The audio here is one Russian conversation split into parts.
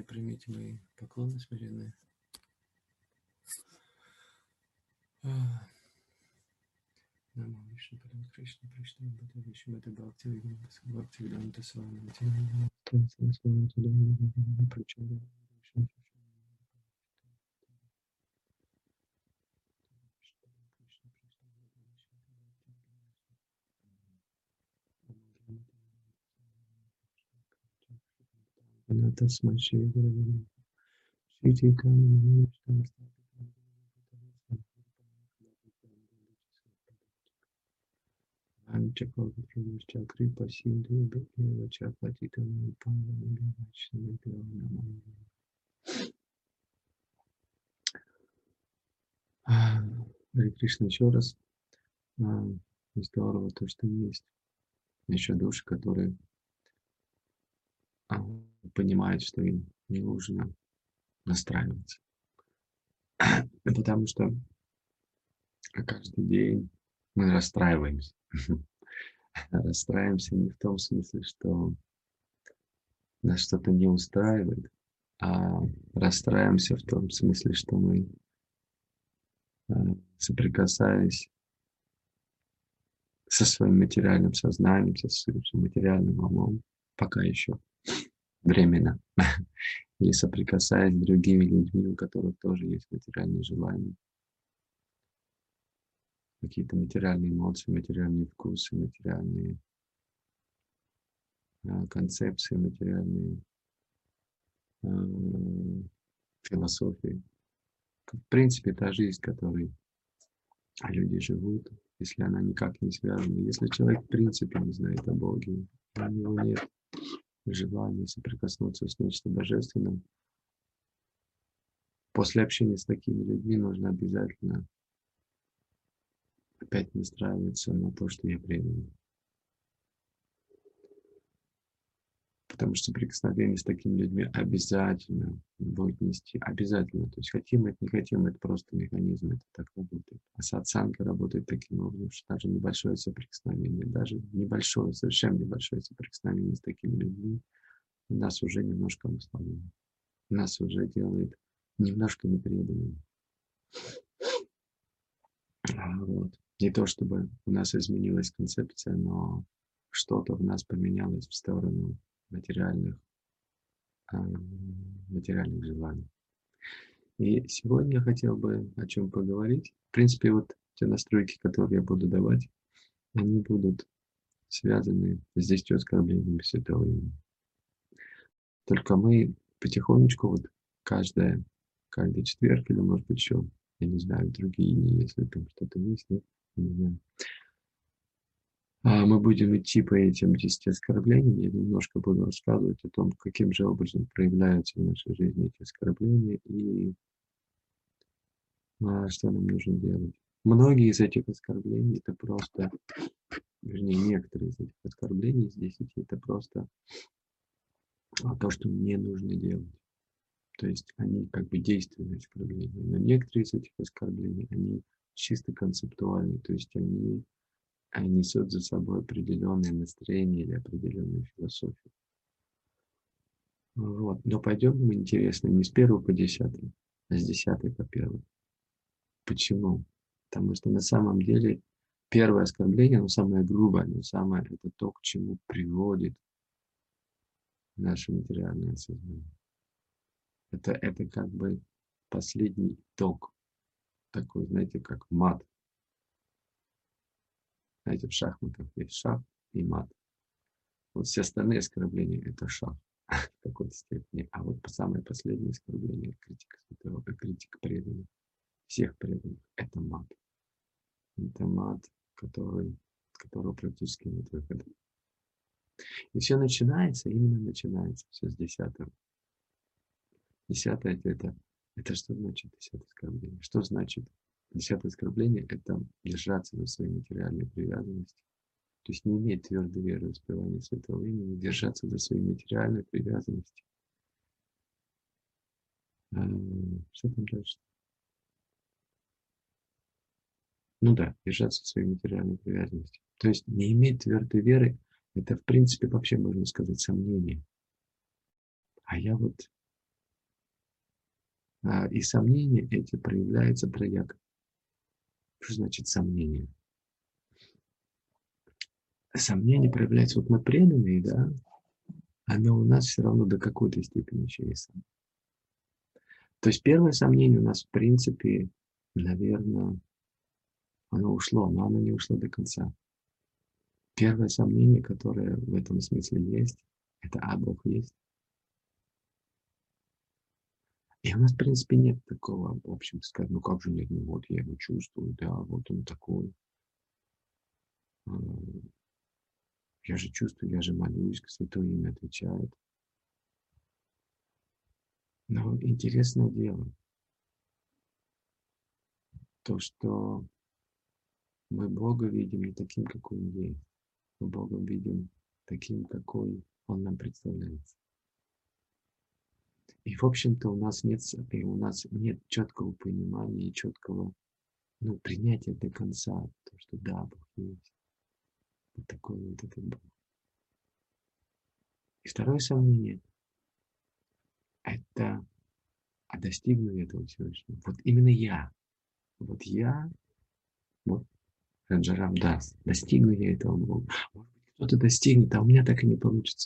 Вселенной, примите мои поклоны смиренные. Намо Вишну Падам Кришна Кришна Бхагавати Вишвамата Бхакти Веданта Свамити Прачара Аната Смачи Гуравани Шити Ками Чакри Пасинду Бхива Чапатитам Павам Бхивачна Бхиванам. Харе Кришна еще раз. Здорово то, что есть еще души, которые понимают, что им не нужно настраиваться. Потому что каждый день мы расстраиваемся. Расстраиваемся не в том смысле, что нас что-то не устраивает, а расстраиваемся в том смысле, что мы, соприкасаясь со своим материальным сознанием, со своим материальным умом, пока еще временно, или соприкасаясь с другими людьми, у которых тоже есть материальные желания, какие-то материальные эмоции, материальные вкусы, материальные концепции, материальные философии. В принципе, та жизнь, которой люди живут, если она никак не связана, если человек в принципе не знает о Боге, у него нет желания соприкоснуться с нечто божественным, после общения с такими людьми нужно обязательно опять настраиваться на то, что я преданный. Потому что соприкосновение с такими людьми обязательно будет нести, обязательно. То есть хотим это, не хотим, это просто механизм, это так работает. А сатсанга работает таким образом, что даже небольшое соприкосновение, даже небольшое, совершенно небольшое соприкосновение с такими людьми нас уже немножко обуславливает. Нас уже делает немножко непреданными. Вот. Не то чтобы у нас изменилась концепция, но что-то в нас поменялось в сторону материальных желаний. И сегодня я хотел бы о чем поговорить. В принципе, вот те настройки, которые я буду давать, они будут связаны с 10 оскорблениями святого имени. Только мы потихонечку, вот каждый четверг, или может быть еще, я не знаю, другие дни, если там что-то есть, нет, не знаю. Мы будем идти по этим 10 оскорблениям. Я немножко буду рассказывать о том, каким же образом проявляются в нашей жизни эти оскорбления и что нам нужно делать. Многие из этих оскорблений это просто, вернее, некоторые из этих оскорблений из 10 это просто то, что мне нужно делать. То есть они как бы действенные оскорбления. Но некоторые из этих оскорблений, они чисто концептуальные, то есть они несут за собой определенное настроение или определенную философию. Вот. Но пойдем мы, интересно, не с 1 по 10, а с 10 по 1. Почему? Потому что на самом деле первое оскорбление, оно самое грубое, оно самое, это то, к чему приводит наше материальное сознание. Это как бы последний итог, такой, знаете, как мат. Знаете, в шахматах есть шах и мат. Вот все остальные оскорбления – это шах в какой-то степени. А вот самое последнее оскорбление – критика святого, критика преданных, всех преданных – это мат. Это мат, которого практически нет выхода. И все начинается, именно начинается все с 10-го. 10-е это что значит 10-е оскорбление? Что значит 10-е оскорбление? Это держаться за свои материальные привязанности. То есть не иметь твердой веры в воспевание святого имени, держаться за свои материальные привязанности. Что там дальше? Ну да, держаться за свои материальные привязанности. То есть не иметь твердой веры, это в принципе вообще можно сказать сомнение. А я вот И сомнения эти проявляются трояко. Что значит сомнение? Сомнение проявляется, вот мы преданные, да, оно у нас все равно до какой-то степени еще есть. То есть первое сомнение у нас, в принципе, наверное, оно ушло, но оно не ушло до конца. Первое сомнение, которое в этом смысле есть, это «а Бог есть?». И у нас, в принципе, нет такого, в общем, сказать, ну как же нет, ну вот я его чувствую, да, вот он такой. а, Я же чувствую, я же молюсь, Святое Имя отвечает. Но интересное дело, то, что мы Бога видим не таким, какой Он есть. Мы Бога видим таким, какой Он нам представляется. И, в общем-то, у нас нет четкого понимания и четкого, ну, принятия до конца, то, что да, Бог есть. Вот такой вот этот Бог. И второе сомнение – это, а достигну я этого Всевышнего? Вот именно я, вот Раджарам даст, достигну я этого Бога. Может быть, кто-то достигнет, а у меня так и не получится.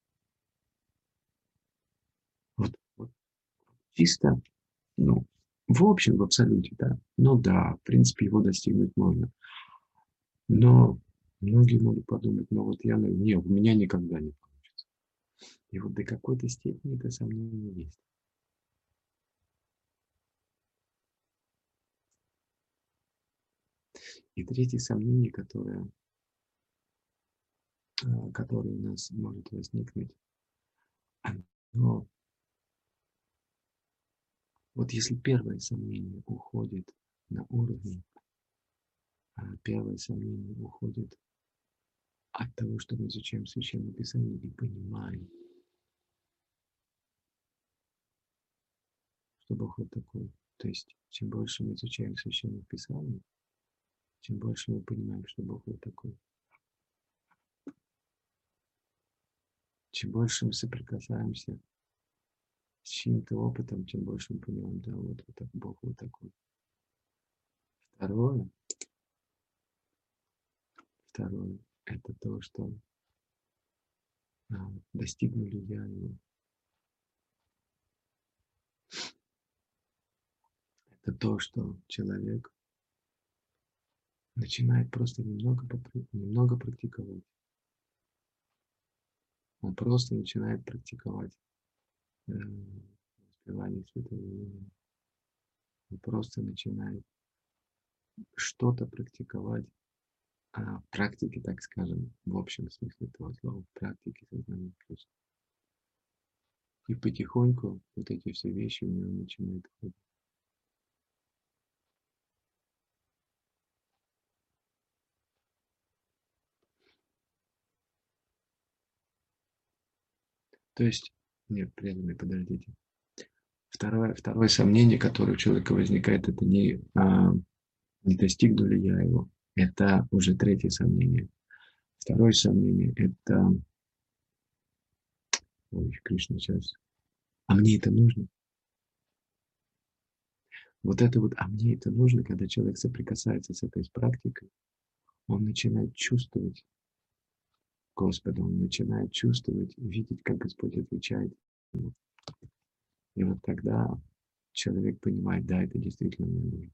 Вот чисто, ну, в общем, в абсолюте, да. Ну да, в принципе, его достигнуть можно. Но многие могут подумать, ну вот не, у меня никогда не получится. И вот до какой-то степени это сомнение есть. И третье сомнение, которое у нас может возникнуть, оно, вот если первое сомнение уходит на уровень, первое сомнение уходит от того, что мы изучаем Священное Писание и понимаем, что Бог вот такой. То есть, чем больше мы изучаем Священное Писание, чем больше мы понимаем, что Бог вот такой. Чем больше мы соприкасаемся с чьим-то опытом, тем больше мы понимаем, да, вот так Бог вот такой. Второе, второе, это то, что достигну ли я его. Это то, что человек начинает просто немного практиковать. Он просто начинает практиковать воспевание Святого Имени. Он просто начинает что-то практиковать в практике, так скажем, в общем смысле этого слова, в практике сознания Кришны. И потихоньку вот эти все вещи у него начинают ходить. То есть, нет, преданные, подождите. Второе сомнение, которое у человека возникает, это не достигну ли я его. Это уже третье сомнение. Второе сомнение, это, ой, Кришна, сейчас, а мне это нужно? Вот это вот, а мне это нужно, когда человек соприкасается с этой практикой, он начинает чувствовать Господа, он начинает чувствовать, видеть, как Господь отвечает. И вот тогда человек понимает, да, это действительно мне нужно.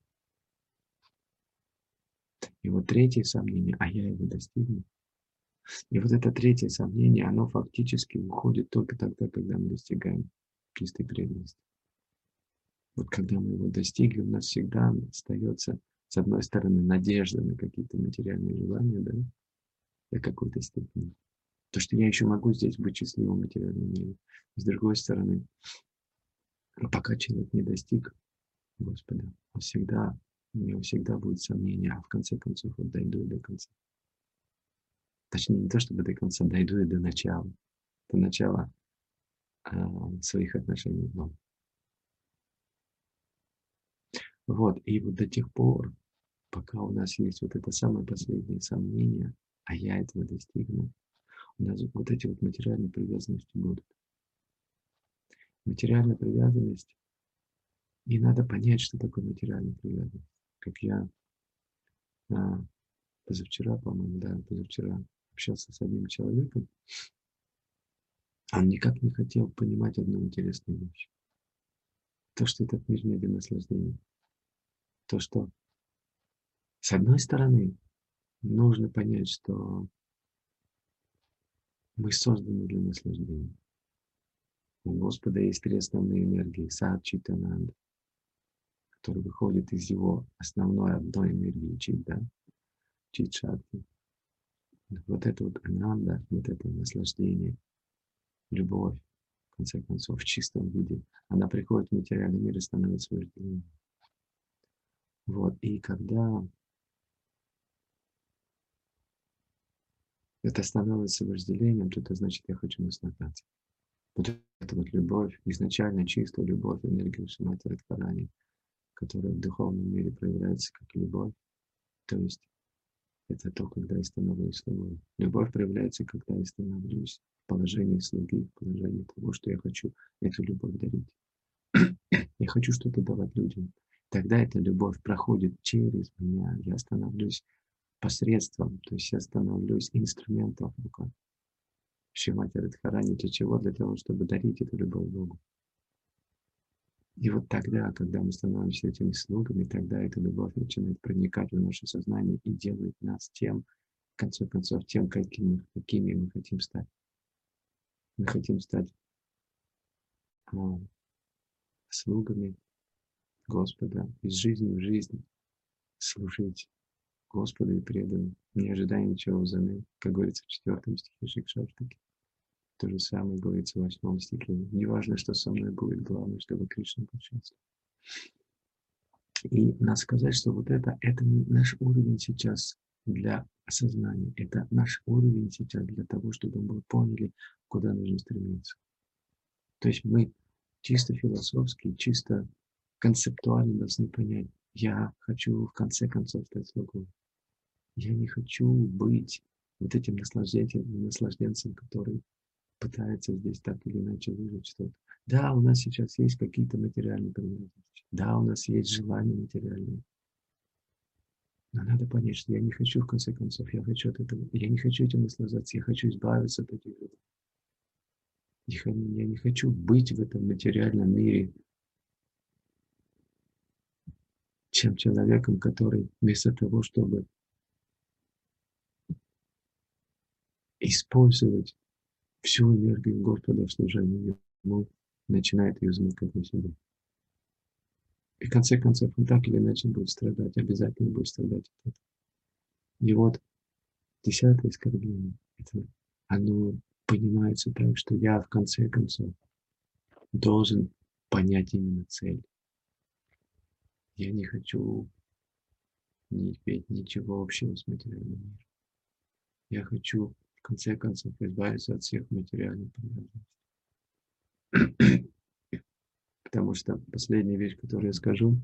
И вот третье сомнение, а я его достигну. И вот это третье сомнение, оно фактически уходит только тогда, когда мы достигаем чистой преданности. Вот когда мы его достигли, у нас всегда остается, с одной стороны, надежда на какие-то материальные желания, да, до какой-то степени. То, что я еще могу здесь быть счастливым в материальном мире. С другой стороны, пока человек не достиг Господа, у него всегда будет сомнение, а в конце концов вот дойду и до конца. Точнее, не то чтобы до конца, дойду и до начала своих отношений с Богом. Вот, и вот до тех пор, пока у нас есть вот это самое последнее сомнение, а я этого достигну, у нас вот эти вот материальные привязанности будут. Материальная привязанность И надо понять, что такое материальная привязанность. Как я позавчера, по-моему, да, позавчера общался с одним человеком, он никак не хотел понимать одну интересную вещь. То, что этот мир не для наслаждения. То, что, с одной стороны, нужно понять, что мы созданы для наслаждения. У Господа есть три основные энергии. Сад, Чит, Ананда, который выходит из его основной одной энергии Чит, да? Чит, Шакти. Вот это вот Ананда, вот это наслаждение, любовь, в конце концов, в чистом виде, она приходит в материальный мир и становится вожделением. Вот, и когда это становится вожделением, то это значит, я хочу наслаждаться. Вот эта вот любовь, изначально чистая любовь, энергия Шимати Радхарани, которая в духовном мире проявляется как любовь, то есть это то, когда я становлюсь слугой. Любовь проявляется, когда я становлюсь в положении слуги, в положении того, что я хочу эту любовь дарить. Я хочу что-то давать людям. Тогда эта любовь проходит через меня. Я становлюсь посредством, то есть я становлюсь инструментом в руках Шримати Радхарани. Для чего? Для того, чтобы дарить эту любовь Богу. И вот тогда, когда мы становимся этими слугами, тогда эта любовь начинает проникать в наше сознание и делает нас тем, в конце концов, тем, какими мы хотим стать. Мы хотим стать слугами Господа из жизни в жизнь, служить Господу и преданным, не ожидая ничего взамен, как говорится в 4 стихе Шикшаштаки. То же самое говорится в 8 стихе. Не важно, что со мной будет, главное, чтобы Кришна был счастлив. И надо сказать, что вот это не наш уровень сейчас для осознания. Это наш уровень сейчас для того, чтобы мы поняли, куда нужно стремиться. То есть мы чисто философски, чисто концептуально должны понять, я хочу в конце концов стать слугой. Я не хочу быть вот этим наслажденцем, который пытается здесь так или иначе выжить что-то. Да, у нас сейчас есть какие-то материальные привязанности. Да, у нас есть желания материальные. Но надо понять, что я не хочу, в конце концов, я хочу от этого, я не хочу этим наслаждаться, я хочу избавиться от этих желаний. Я не хочу быть в этом материальном мире чем человеком, который вместо того, чтобы использовать всю энергию Господа в служении Ему, начинает ее замыкать на себя. И в конце концов, он так или иначе будет страдать, обязательно будет страдать от этого. И вот 10-е оскорбление, оно понимается так, что я в конце концов должен понять именно цель. Я не хочу не иметь ничего общего с материальным миром. Я хочу в конце концов избавиться от всех материальных привязанностей. Потому что последняя вещь, которую я скажу,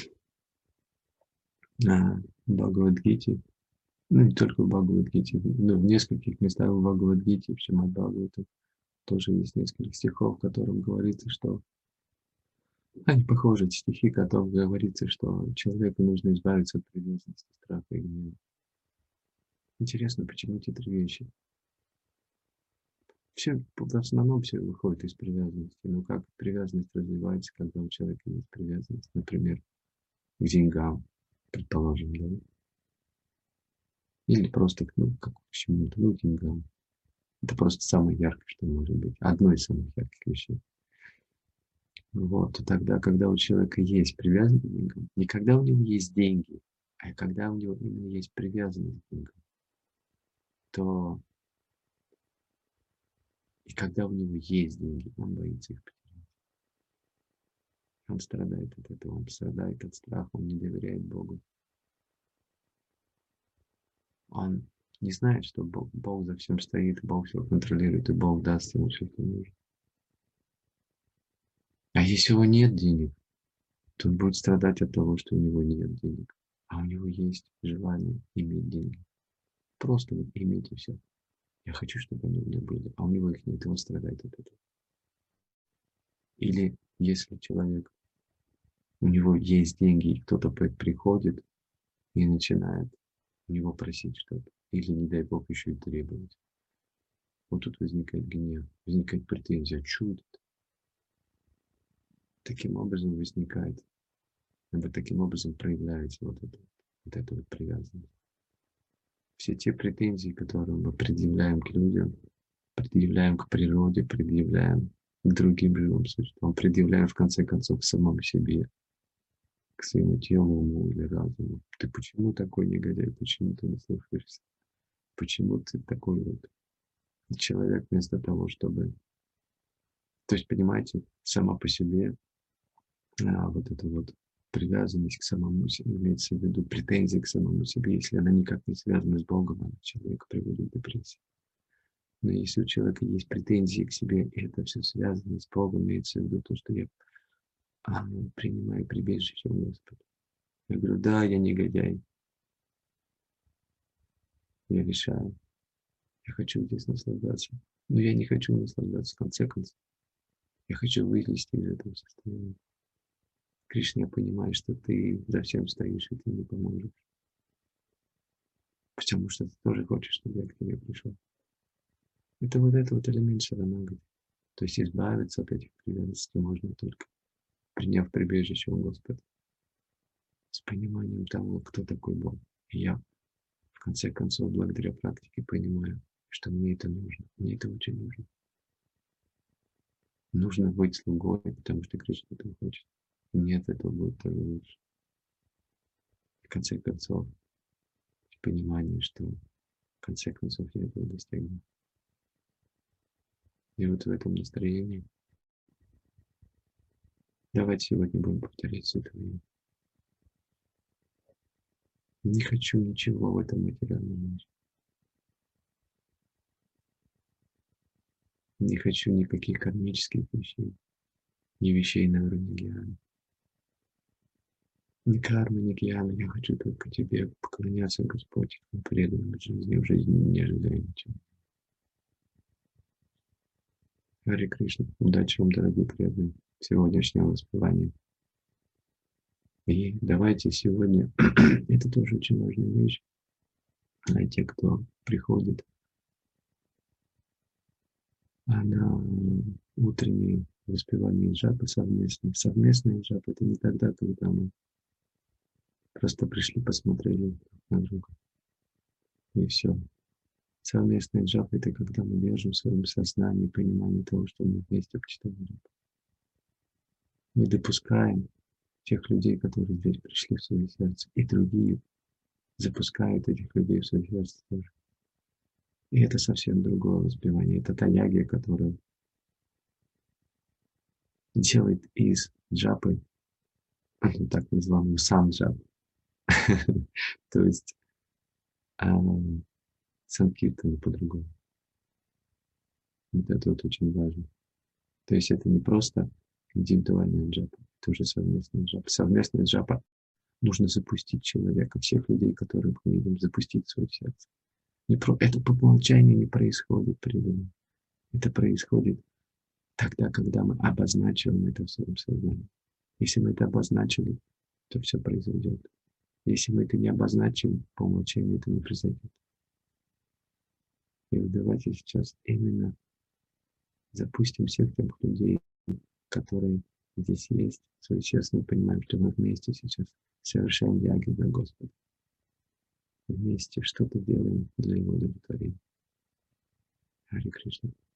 в Бхагавадгите, ну не только в Бхагавадгите, но в нескольких местах в Бхагавадгите, в Шримад Бхагаватам тоже есть несколько стихов, в котором говорится, что они похожи, эти стихи, в которых говорится, что человеку нужно избавиться от привязанности, страха и гнева. Интересно, почему эти три вещи? Все, в основном все выходит из привязанности. Но как привязанность развивается, когда у человека есть привязанность, например, к деньгам, предположим, да? Или просто к чему-то, к деньгам. Это просто самое яркое, что может быть. Одно из самых ярких вещей. Вот. И тогда, когда у человека есть привязанность к деньгам, не когда у него есть деньги, а когда у него именно есть привязанность к деньгам, то и когда у него есть деньги, он боится их потерять. Он страдает от этого, он страдает от страха, он не доверяет Богу. Он не знает, что Бог за всем стоит, Бог все контролирует, и Бог даст ему все, что нужно. А если у него нет денег, то он будет страдать от того, что у него нет денег. А у него есть желание иметь деньги. Просто вот иметь и все. Я хочу, чтобы они у меня были, а у него их нет, и он страдает от этого. Или если человек У него есть деньги, и кто-то приходит и начинает у него просить что-то. Или, не дай Бог, еще и требовать. Вот тут возникает гнев, возникает претензия. Чудо. Таким образом возникает, либо таким образом проявляется вот эта вот привязанность. Все те претензии, которые мы предъявляем к людям, предъявляем к природе, предъявляем к другим живым существам, предъявляем в конце концов к самому себе, к своему телу, уму или разуму. Ты почему такой негодяй? Почему ты не слушаешься? Почему ты такой вот человек вместо того, чтобы... То есть, понимаете, сама по себе вот эта вот привязанность к самому себе, имеется в виду претензии к самому себе, если она никак не связана с Богом, она человека приводит к депрессии. Но если у человека есть претензии к себе, и это все связано с Богом, имеется в виду то, что я принимаю прибежище у Господа. Я говорю, да, я негодяй, я решаю, я хочу здесь наслаждаться, но я не хочу наслаждаться в конце концов. Я хочу вылезти из этого состояния. Кришна, я понимаю, что ты за всем стоишь, и ты мне поможешь. Потому что ты тоже хочешь, чтобы я к тебе пришел. Это вот элемент шаранагати. То есть избавиться от этих привязанностей можно только приняв прибежище у Господа. С пониманием того, кто такой Бог. И я, в конце концов, благодаря практике понимаю, что мне это нужно. Мне это очень нужно. Нужно быть слугой, потому что Кришна этого хочет. И мне от этого будет только лучше. В конце концов, понимание, что в конце концов я этого достигну. И вот в этом настроении давайте сегодня будем повторять это имя. Не хочу ничего в этом материальном мире. Не хочу никаких кармических вещей, ни вещей на уровне гьяны. Ни кармы, ни гьяны. Я хочу только Тебе поклоняться, Господь, преданным жизни, в жизни не ожидая ничего. Харе Кришна. Удачи вам, дорогие преданные, сегодняшнего воспевания. И давайте сегодня, это тоже очень важная вещь, для тех, кто приходит на утренние воспевания джапы совместные. Совместные джапы — это не тогда, когда мы просто пришли, посмотрели друг на друга, и все. Совместные джапы — это когда мы держим в своем сознании понимание того, что мы вместе почитаем джапу. Мы допускаем тех людей, которые здесь пришли в свое сердце, и другие запускают этих людей в свое сердце тоже. И это совсем другое воспевание. Это та ягия, которая делает из джапы так называемую сам-джап. То есть санкиртана по-другому. Вот это вот очень важно. То есть это не просто индивидуальная джапа, это уже совместная джапа. Совместная джапа нужно запустить человека, всех людей, которых мы видим, запустить в свое сердце. Это по умолчанию не происходит преданно. Это происходит тогда, когда мы обозначиваем это в своем сознании. Если мы это обозначили, то все произойдет. Если мы это не обозначим, по умолчанию это не произойдет. И вот давайте сейчас именно запустим всех тех людей, которые здесь есть. Свои честно понимаем, что мы вместе сейчас совершаем яги для Господа. Вместе что-то делаем для Его удовлетворения. Харе Кришна.